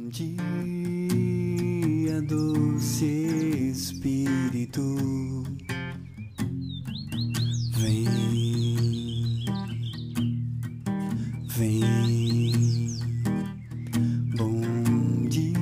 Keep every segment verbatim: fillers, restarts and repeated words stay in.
dia, doce Espírito, vem, vem. Bom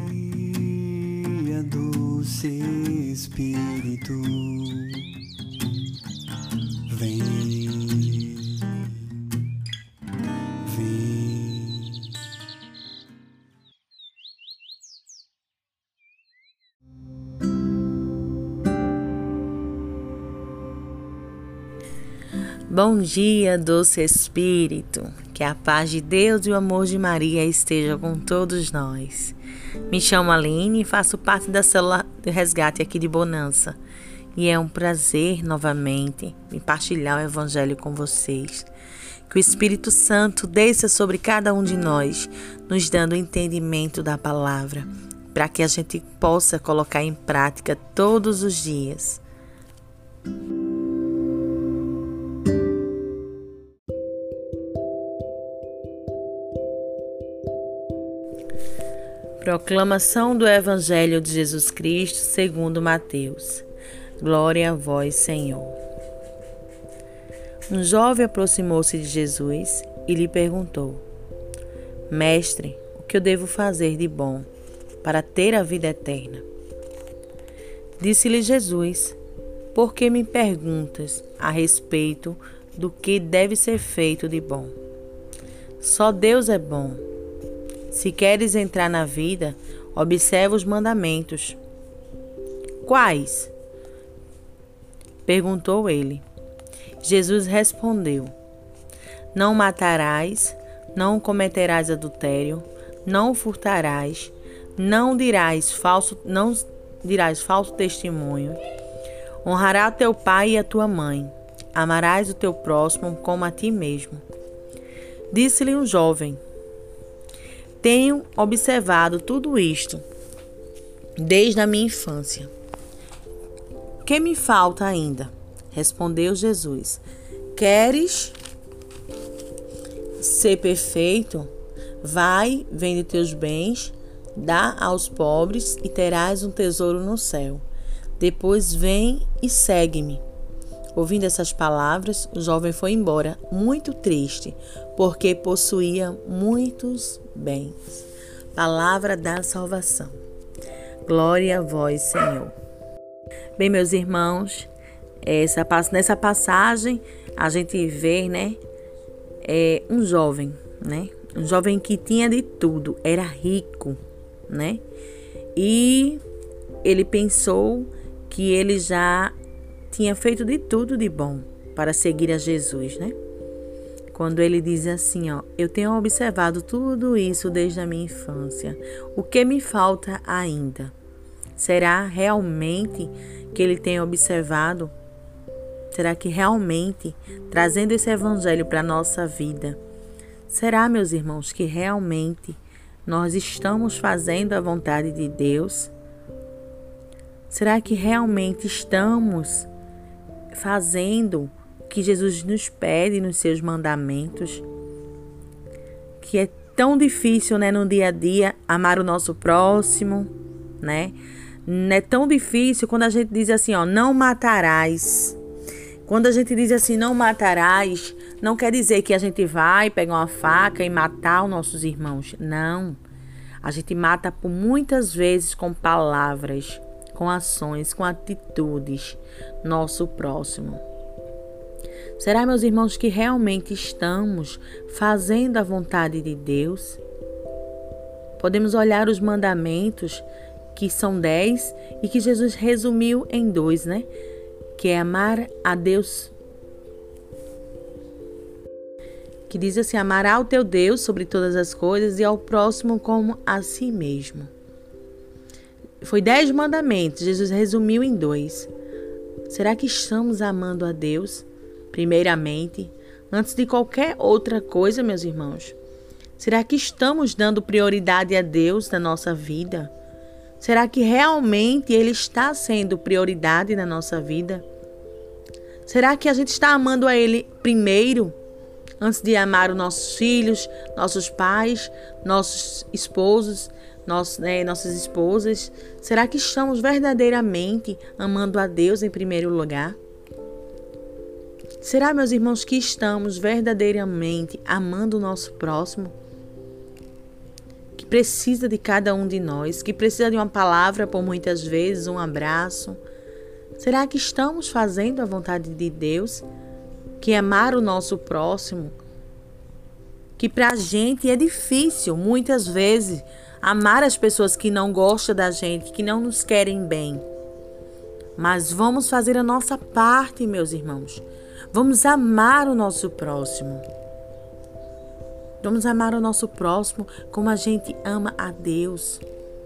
dia, doce Espírito, vem, vem. Bom dia, doce Espírito, que a paz de Deus e o amor de Maria estejam com todos nós. Me chamo Aline e faço parte da célula de resgate aqui de Bonança. E é um prazer, novamente, compartilhar o Evangelho com vocês. Que o Espírito Santo desça sobre cada um de nós, nos dando o entendimento da palavra, para que a gente possa colocar em prática todos os dias. Proclamação do Evangelho de Jesus Cristo segundo Mateus. Glória a vós, Senhor. Um jovem aproximou-se de Jesus e lhe perguntou: Mestre, o que eu devo fazer de bom para ter a vida eterna? Disse-lhe Jesus: Por que me perguntas a respeito do que deve ser feito de bom? Só Deus é bom. Se queres entrar na vida, observa os mandamentos. Quais? Perguntou ele. Jesus respondeu: Não matarás, não cometerás adultério, não furtarás, não dirás falso, não dirás falso testemunho, honrarás teu pai e a tua mãe, amarás o teu próximo como a ti mesmo. Disse-lhe um jovem: Tenho observado tudo isto desde a minha infância. O que me falta ainda? Respondeu Jesus: Queres ser perfeito? Vai, vende teus bens, dá aos pobres e terás um tesouro no céu. Depois vem e segue-me. Ouvindo essas palavras, o jovem foi embora, muito triste, porque possuía muitos bens. Palavra da salvação. Glória a vós, Senhor. Bem, meus irmãos, essa, nessa passagem a gente vê, né, é, um jovem, né, um jovem que tinha de tudo, era rico, né, e ele pensou que ele já tinha feito de tudo de bom para seguir a Jesus, né? Quando ele diz assim, ó, eu tenho observado tudo isso desde a minha infância. O que me falta ainda? Será realmente que ele tem observado? Será que realmente, trazendo esse evangelho para a nossa vida, será, meus irmãos, que realmente nós estamos fazendo a vontade de Deus? Será que realmente estamos fazendo o que Jesus nos pede nos seus mandamentos? Que é tão difícil, né, no dia a dia, amar o nosso próximo, né? É tão difícil quando a gente diz assim, ó, não matarás. Quando a gente diz assim, não matarás, não quer dizer que a gente vai pegar uma faca e matar os nossos irmãos. Não. A gente mata por muitas vezes com palavras, com ações, com atitudes, nosso próximo. Será, meus irmãos, que realmente estamos fazendo a vontade de Deus? Podemos olhar os mandamentos, que são dez, e que Jesus resumiu em dois, né? Que é amar a Deus, que diz assim, amará o teu Deus sobre todas as coisas e ao próximo como a si mesmo. Foi dez mandamentos, Jesus resumiu em dois. Será que estamos amando a Deus, primeiramente, antes de qualquer outra coisa, meus irmãos? Será que estamos dando prioridade a Deus na nossa vida? Será que realmente Ele está sendo prioridade na nossa vida? Será que a gente está amando a Ele primeiro, antes de amar os nossos filhos, nossos pais, nossos esposos, Nosso, né, nossas esposas? Será que estamos verdadeiramente amando a Deus em primeiro lugar? Será, meus irmãos, que estamos verdadeiramente amando o nosso próximo? Que precisa de cada um de nós, que precisa de uma palavra por muitas vezes, um abraço. Será que estamos fazendo a vontade de Deus? Que amar o nosso próximo, que para a gente é difícil, muitas vezes, amar as pessoas que não gostam da gente, que não nos querem bem. Mas vamos fazer a nossa parte, meus irmãos. Vamos amar o nosso próximo. Vamos amar o nosso próximo como a gente ama a Deus.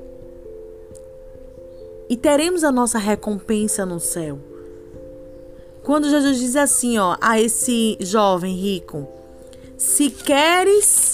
E teremos a nossa recompensa no céu. Quando Jesus diz assim, ó, a esse jovem rico: se queres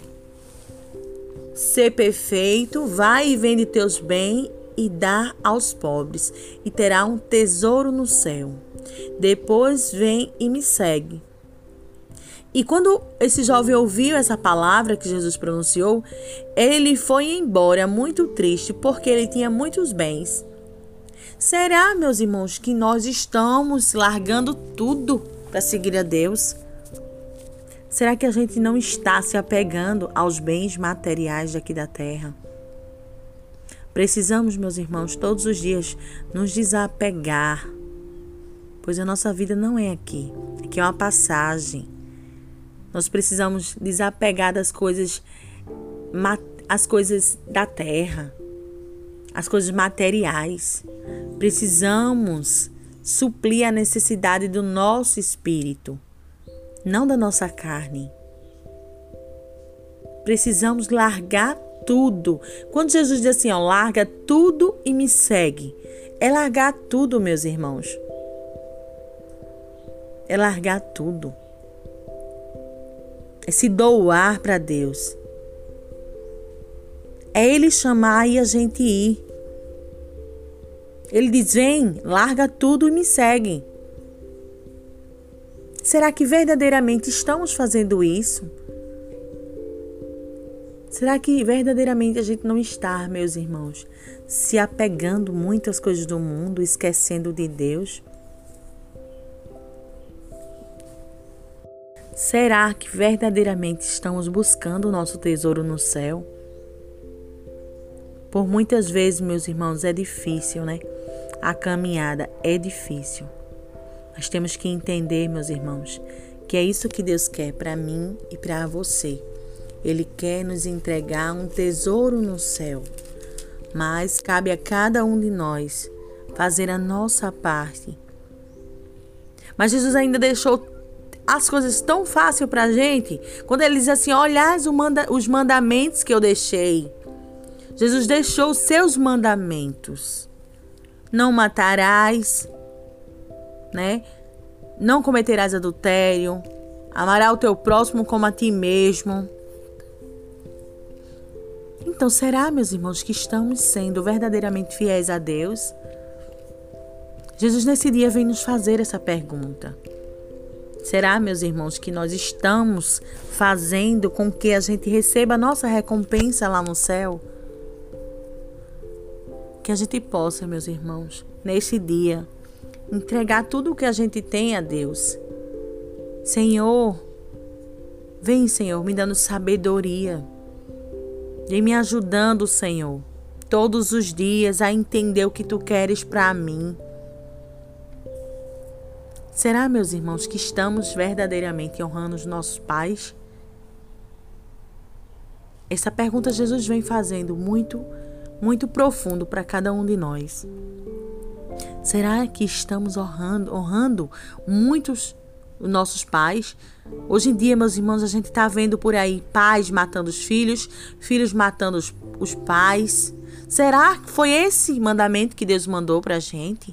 ser perfeito, vai e vende teus bens e dá aos pobres, e terá um tesouro no céu. Depois vem e me segue. E quando esse jovem ouviu essa palavra que Jesus pronunciou, ele foi embora muito triste, porque ele tinha muitos bens. Será, meus irmãos, que nós estamos largando tudo para seguir a Deus? Será que a gente não está se apegando aos bens materiais daqui da terra? Precisamos, meus irmãos, todos os dias nos desapegar, pois a nossa vida não é aqui. Aqui é uma passagem. Nós precisamos desapegar das coisas, as coisas da terra, as coisas materiais. Precisamos suprir a necessidade do nosso espírito, não da nossa carne. Precisamos largar tudo. Quando Jesus diz assim, ó, larga tudo e me segue, é largar tudo, meus irmãos. É largar tudo. É se doar para Deus. É Ele chamar e a gente ir. Ele diz, vem, larga tudo e me segue. Será que verdadeiramente estamos fazendo isso? Será que verdadeiramente a gente não está, meus irmãos, se apegando muito às coisas do mundo, esquecendo de Deus? Será que verdadeiramente estamos buscando o nosso tesouro no céu? Por muitas vezes, meus irmãos, é difícil, né? A caminhada é difícil. Nós temos que entender, meus irmãos, que é isso que Deus quer para mim e para você. Ele quer nos entregar um tesouro no céu. Mas cabe a cada um de nós fazer a nossa parte. Mas Jesus ainda deixou as coisas tão fácil para a gente, quando ele diz assim, olhai os mandamentos que eu deixei. Jesus deixou os seus mandamentos. Não matarás, né? Não cometerás adultério, amarás o teu próximo como a ti mesmo. Então, será, meus irmãos, que estamos sendo verdadeiramente fiéis a Deus? Jesus nesse dia vem nos fazer essa pergunta. Será, meus irmãos, que nós estamos fazendo com que a gente receba a nossa recompensa lá no céu? Que a gente possa, meus irmãos, nesse dia, entregar tudo o que a gente tem a Deus. Senhor, vem, Senhor, me dando sabedoria. Vem me ajudando, Senhor, todos os dias a entender o que Tu queres para mim. Será, meus irmãos, que estamos verdadeiramente honrando os nossos pais? Essa pergunta Jesus vem fazendo muito, muito profundo para cada um de nós. Será que estamos honrando, honrando muitos os nossos pais? Hoje em dia, meus irmãos, a gente está vendo por aí pais matando os filhos, filhos matando os, os pais. Será que foi esse mandamento que Deus mandou para a gente?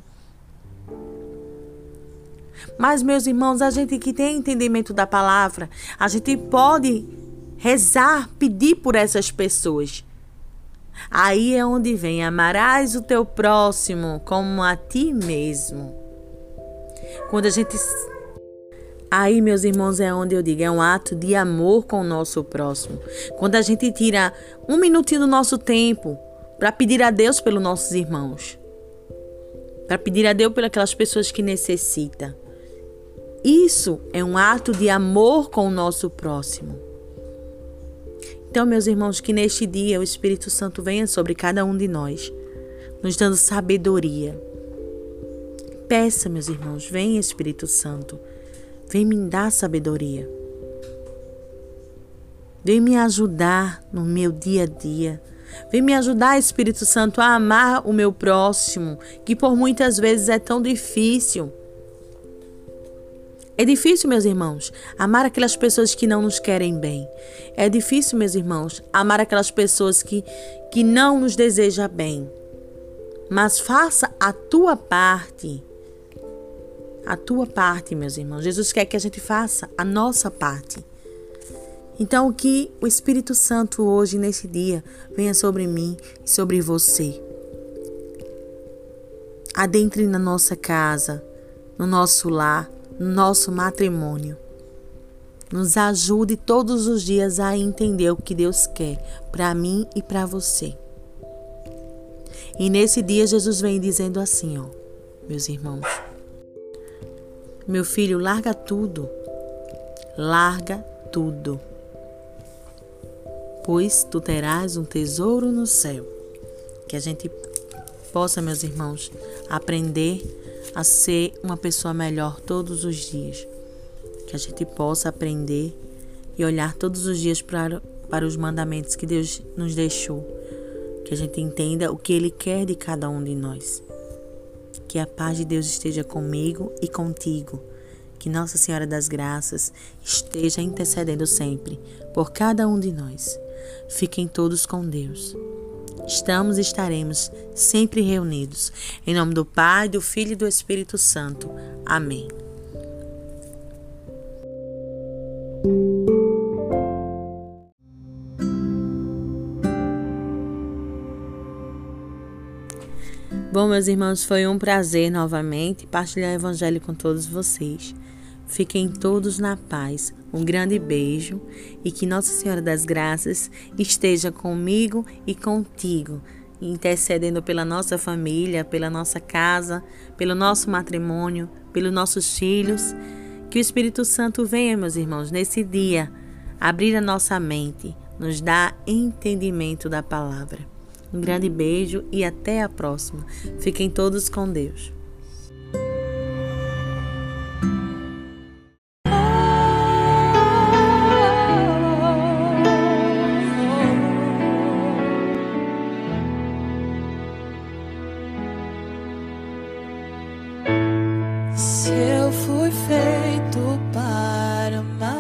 Mas, meus irmãos, a gente que tem entendimento da palavra, a gente pode rezar, pedir por essas pessoas. Aí é onde vem, amarás o teu próximo como a ti mesmo. Quando a gente Aí, meus irmãos, é onde eu digo, é um ato de amor com o nosso próximo. Quando a gente tira um minutinho do nosso tempo para pedir a Deus pelos nossos irmãos, para pedir a Deus pelas aquelas pessoas que necessitam. Isso é um ato de amor com o nosso próximo. Então, meus irmãos, que neste dia o Espírito Santo venha sobre cada um de nós, nos dando sabedoria. Peça, meus irmãos, venha Espírito Santo, vem me dar sabedoria. Vem me ajudar no meu dia a dia. Vem me ajudar, Espírito Santo, a amar o meu próximo, que por muitas vezes é tão difícil. É difícil, meus irmãos, amar aquelas pessoas que não nos querem bem. É difícil, meus irmãos, amar aquelas pessoas que, que não nos desejam bem. Mas faça a tua parte. A tua parte, meus irmãos. Jesus quer que a gente faça a nossa parte. Então, que o Espírito Santo hoje, nesse dia, venha sobre mim e sobre você. Adentre na nossa casa, no nosso lar, no nosso matrimônio. Nos ajude todos os dias a entender o que Deus quer para mim e para você. E nesse dia, Jesus vem dizendo assim, ó, meus irmãos. Meu filho, larga tudo. Larga tudo. Pois tu terás um tesouro no céu. Que a gente possa, meus irmãos, aprender a ser uma pessoa melhor todos os dias. Que a gente possa aprender e olhar todos os dias para, para os mandamentos que Deus nos deixou. Que a gente entenda o que Ele quer de cada um de nós. Que a paz de Deus esteja comigo e contigo. Que Nossa Senhora das Graças esteja intercedendo sempre por cada um de nós. Fiquem todos com Deus. Estamos e estaremos sempre reunidos. Em nome do Pai, do Filho e do Espírito Santo. Amém. Bom, meus irmãos, foi um prazer novamente partilhar o Evangelho com todos vocês. Fiquem todos na paz. Um grande beijo e que Nossa Senhora das Graças esteja comigo e contigo, intercedendo pela nossa família, pela nossa casa, pelo nosso matrimônio, pelos nossos filhos. Que o Espírito Santo venha, meus irmãos, nesse dia, abrir a nossa mente, nos dar entendimento da palavra. Um grande beijo e até a próxima. Fiquem todos com Deus. Se eu fui feito para amar,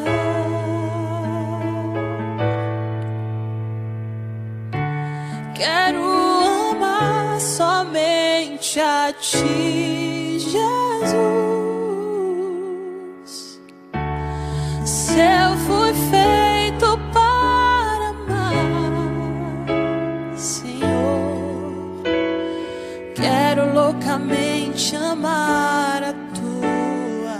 quero amar somente a Ti, Jesus. Se eu fui feito para amar, Senhor, quero loucamente amar a Tua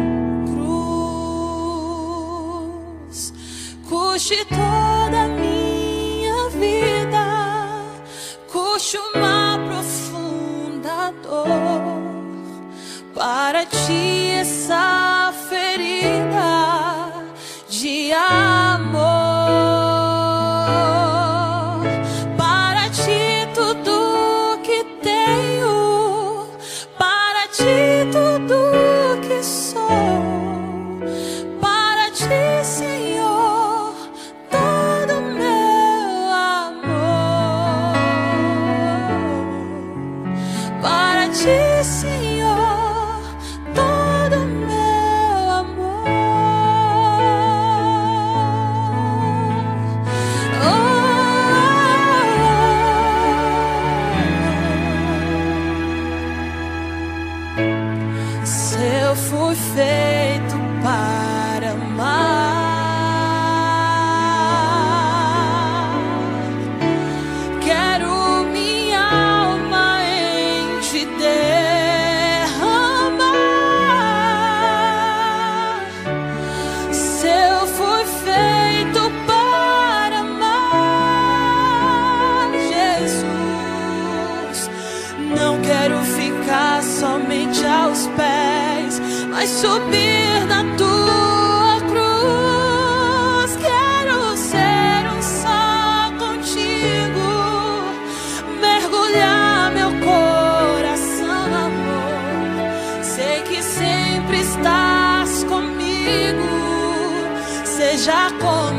cruz. Custe toda a minha vida, custe uma profunda dor, para Ti essa ferida de amor. Para Ti tudo que tenho, para Ti tudo que sou, para Ti, Senhor, todo meu amor. Para Ti, Senhor, todo meu vai subir na tua cruz. Quero ser um só contigo, mergulhar meu coração no amor. Sei que sempre estás comigo, seja como